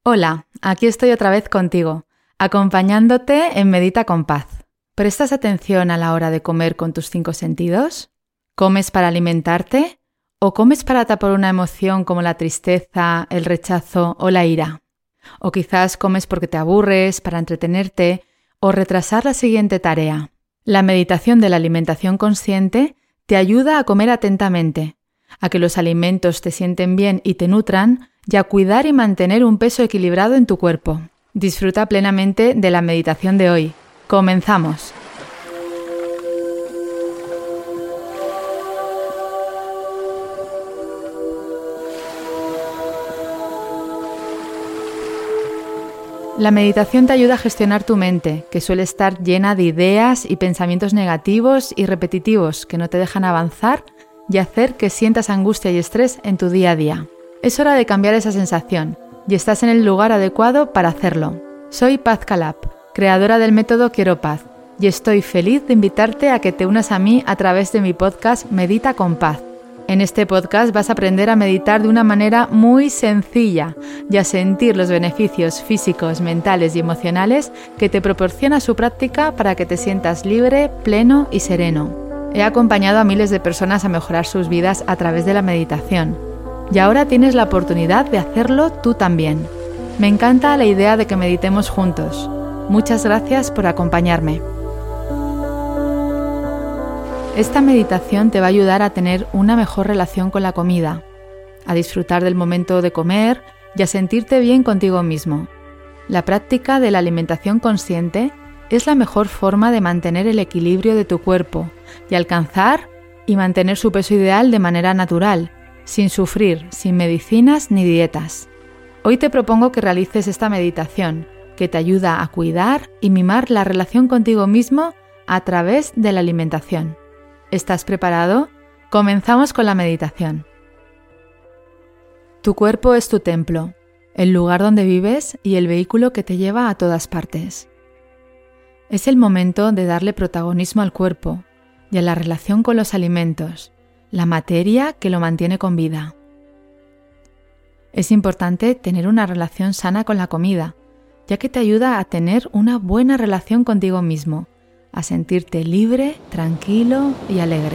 Hola, aquí estoy otra vez contigo, acompañándote en Medita con Paz. ¿Prestas atención a la hora de comer con tus 5 sentidos? ¿Comes para alimentarte o comes para tapar una emoción como la tristeza, el rechazo o la ira? O quizás comes porque te aburres, para entretenerte o retrasar la siguiente tarea. La meditación de la alimentación consciente te ayuda a comer atentamente, a que los alimentos te sienten bien y te nutran, y a cuidar y mantener un peso equilibrado en tu cuerpo. Disfruta plenamente de la meditación de hoy. ¡Comenzamos! La meditación te ayuda a gestionar tu mente, que suele estar llena de ideas y pensamientos negativos y repetitivos que no te dejan avanzar y hacer que sientas angustia y estrés en tu día a día. Es hora de cambiar esa sensación y estás en el lugar adecuado para hacerlo. Soy Paz Calab, creadora del método Quiero Paz, y estoy feliz de invitarte a que te unas a mí a través de mi podcast Medita con Paz. En este podcast vas a aprender a meditar de una manera muy sencilla y a sentir los beneficios físicos, mentales y emocionales que te proporciona su práctica para que te sientas libre, pleno y sereno. He acompañado a miles de personas a mejorar sus vidas a través de la meditación. Y ahora tienes la oportunidad de hacerlo tú también. Me encanta la idea de que meditemos juntos. Muchas gracias por acompañarme. Esta meditación te va a ayudar a tener una mejor relación con la comida, a disfrutar del momento de comer y a sentirte bien contigo mismo. La práctica de la alimentación consciente es la mejor forma de mantener el equilibrio de tu cuerpo y alcanzar y mantener su peso ideal de manera natural, sin sufrir, sin medicinas ni dietas. Hoy te propongo que realices esta meditación, que te ayuda a cuidar y mimar la relación contigo mismo a través de la alimentación. ¿Estás preparado? Comenzamos con la meditación. Tu cuerpo es tu templo, el lugar donde vives y el vehículo que te lleva a todas partes. Es el momento de darle protagonismo al cuerpo y a la relación con los alimentos, la materia que lo mantiene con vida. Es importante tener una relación sana con la comida, ya que te ayuda a tener una buena relación contigo mismo, a sentirte libre, tranquilo y alegre.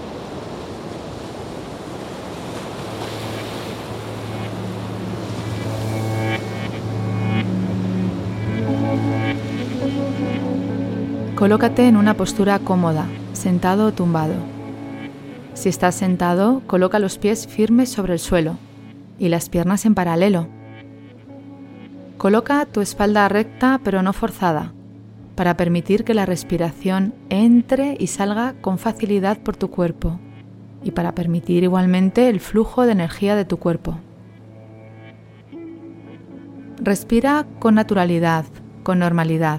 Colócate en una postura cómoda, sentado o tumbado. Si estás sentado, coloca los pies firmes sobre el suelo y las piernas en paralelo. Coloca tu espalda recta pero no forzada, para permitir que la respiración entre y salga con facilidad por tu cuerpo y para permitir igualmente el flujo de energía de tu cuerpo. Respira con naturalidad, con normalidad.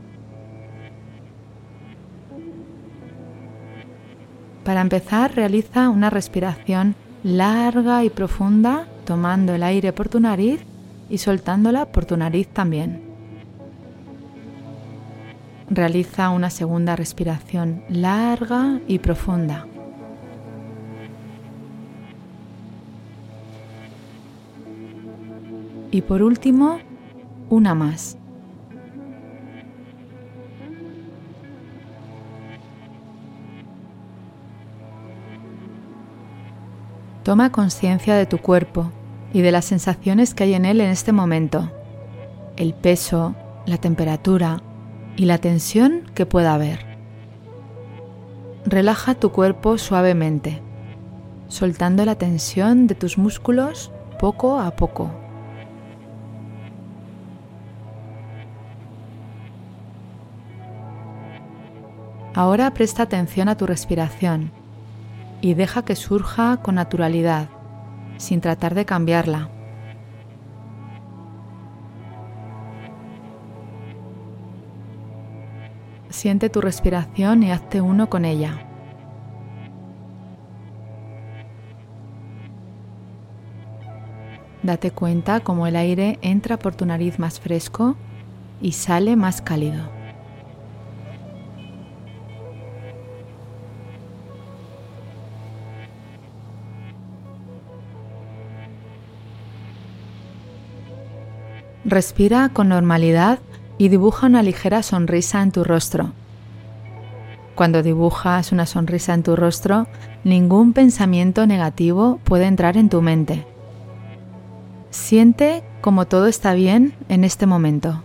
Para empezar, realiza una respiración larga y profunda, tomando el aire por tu nariz y soltándola por tu nariz también. Realiza una segunda respiración larga y profunda. Y por último, una más. Toma conciencia de tu cuerpo y de las sensaciones que hay en él en este momento, el peso, la temperatura y la tensión que pueda haber. Relaja tu cuerpo suavemente, soltando la tensión de tus músculos poco a poco. Ahora presta atención a tu respiración y deja que surja con naturalidad, sin tratar de cambiarla. Siente tu respiración y hazte uno con ella. Date cuenta cómo el aire entra por tu nariz más fresco y sale más cálido. Respira con normalidad y dibuja una ligera sonrisa en tu rostro. Cuando dibujas una sonrisa en tu rostro, ningún pensamiento negativo puede entrar en tu mente. Siente como todo está bien en este momento.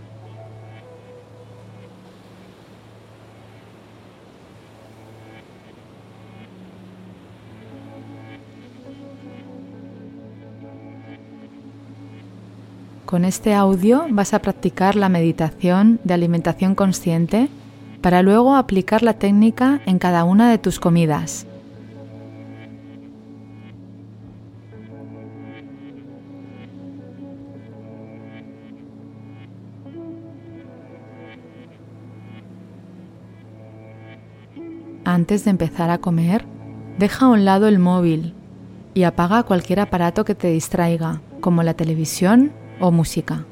Con este audio vas a practicar la meditación de alimentación consciente para luego aplicar la técnica en cada una de tus comidas. Antes de empezar a comer, deja a un lado el móvil y apaga cualquier aparato que te distraiga, como la televisión o música.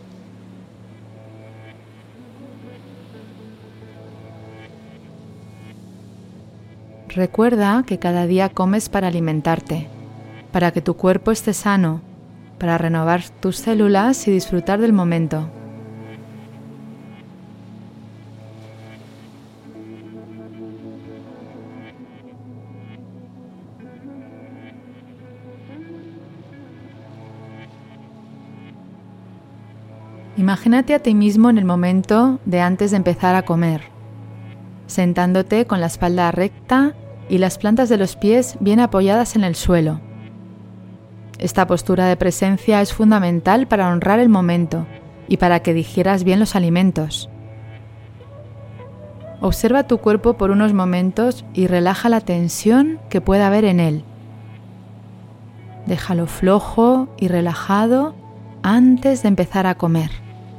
Recuerda que cada día comes para alimentarte, para que tu cuerpo esté sano, para renovar tus células y disfrutar del momento. Imagínate a ti mismo en el momento de antes de empezar a comer, sentándote con la espalda recta y las plantas de los pies bien apoyadas en el suelo. Esta postura de presencia es fundamental para honrar el momento y para que digieras bien los alimentos. Observa tu cuerpo por unos momentos y relaja la tensión que pueda haber en él. Déjalo flojo y relajado antes de empezar a comer.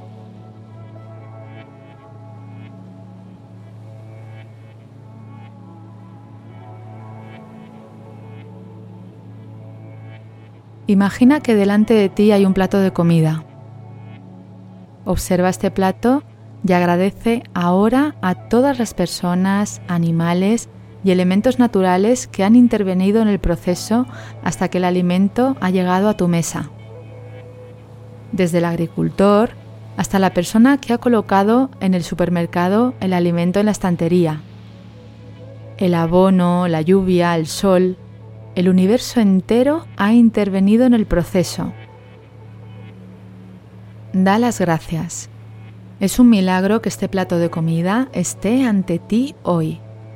Imagina que delante de ti hay un plato de comida. Observa este plato y agradece ahora a todas las personas, animales y elementos naturales que han intervenido en el proceso hasta que el alimento ha llegado a tu mesa. Desde el agricultor hasta la persona que ha colocado en el supermercado el alimento en la estantería. El abono, la lluvia, el sol, el universo entero ha intervenido en el proceso. Da las gracias. Es un milagro que este plato de comida esté ante ti hoy.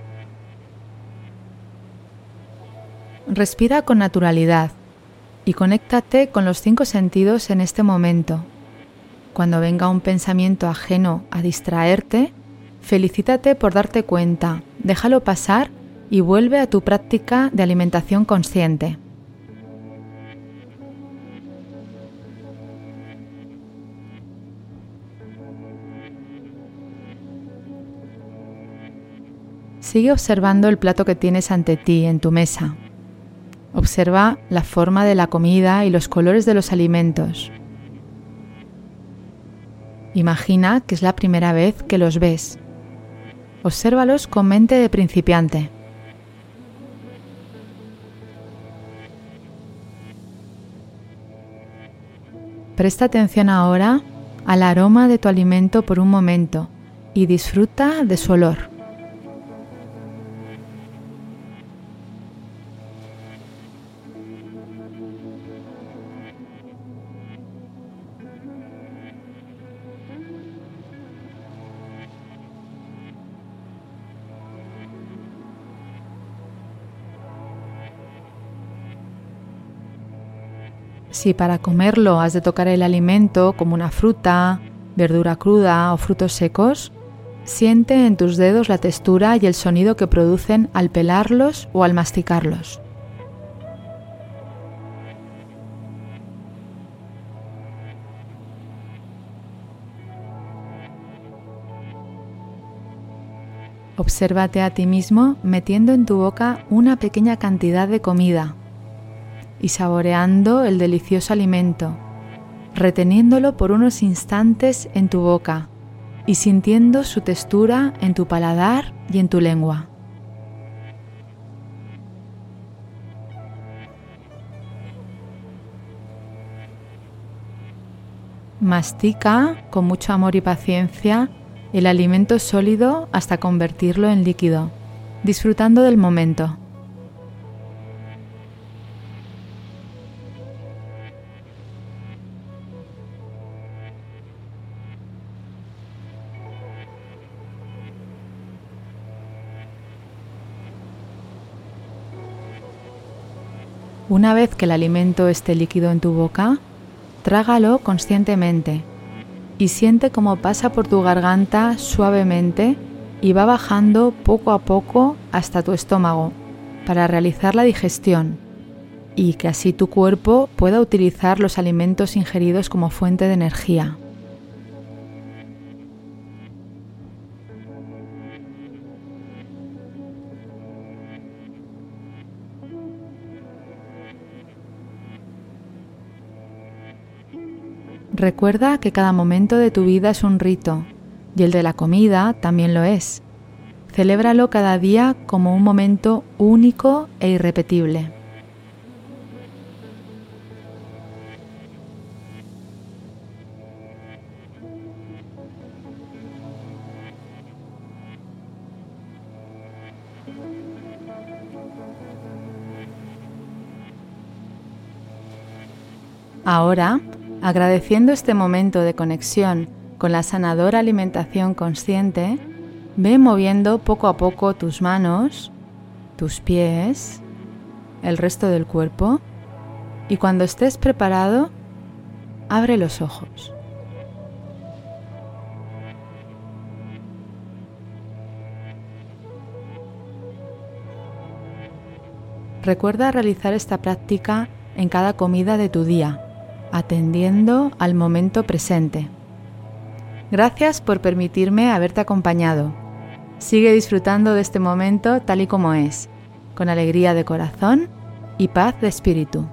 Respira con naturalidad y conéctate con los 5 sentidos en este momento. Cuando venga un pensamiento ajeno a distraerte, felicítate por darte cuenta, déjalo pasar y vuelve a tu práctica de alimentación consciente. Sigue observando el plato que tienes ante ti en tu mesa. Observa la forma de la comida y los colores de los alimentos. Imagina que es la primera vez que los ves. Obsérvalos con mente de principiante. Presta atención ahora al aroma de tu alimento por un momento y disfruta de su olor. Si para comerlo has de tocar el alimento como una fruta, verdura cruda o frutos secos, siente en tus dedos la textura y el sonido que producen al pelarlos o al masticarlos. Obsérvate a ti mismo metiendo en tu boca una pequeña cantidad de comida y saboreando el delicioso alimento, reteniéndolo por unos instantes en tu boca y sintiendo su textura en tu paladar y en tu lengua. Mastica con mucho amor y paciencia el alimento sólido hasta convertirlo en líquido, disfrutando del momento. Una vez que el alimento esté líquido en tu boca, trágalo conscientemente y siente cómo pasa por tu garganta suavemente y va bajando poco a poco hasta tu estómago para realizar la digestión y que así tu cuerpo pueda utilizar los alimentos ingeridos como fuente de energía. Recuerda que cada momento de tu vida es un rito, y el de la comida también lo es. Celébralo cada día como un momento único e irrepetible. Ahora, agradeciendo este momento de conexión con la sanadora alimentación consciente, ve moviendo poco a poco tus manos, tus pies, el resto del cuerpo y cuando estés preparado, abre los ojos. Recuerda realizar esta práctica en cada comida de tu día, atendiendo al momento presente. Gracias por permitirme haberte acompañado. Sigue disfrutando de este momento tal y como es, con alegría de corazón y paz de espíritu.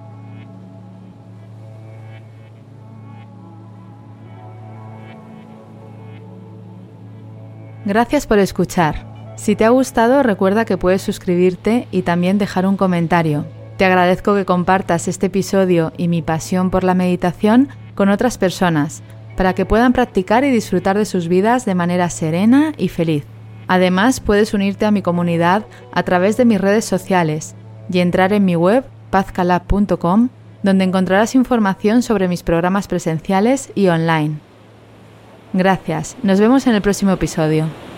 Gracias por escuchar. Si te ha gustado, recuerda que puedes suscribirte y también dejar un comentario. Te agradezco que compartas este episodio y mi pasión por la meditación con otras personas, para que puedan practicar y disfrutar de sus vidas de manera serena y feliz. Además, puedes unirte a mi comunidad a través de mis redes sociales y entrar en mi web pazcalab.com, donde encontrarás información sobre mis programas presenciales y online. Gracias, nos vemos en el próximo episodio.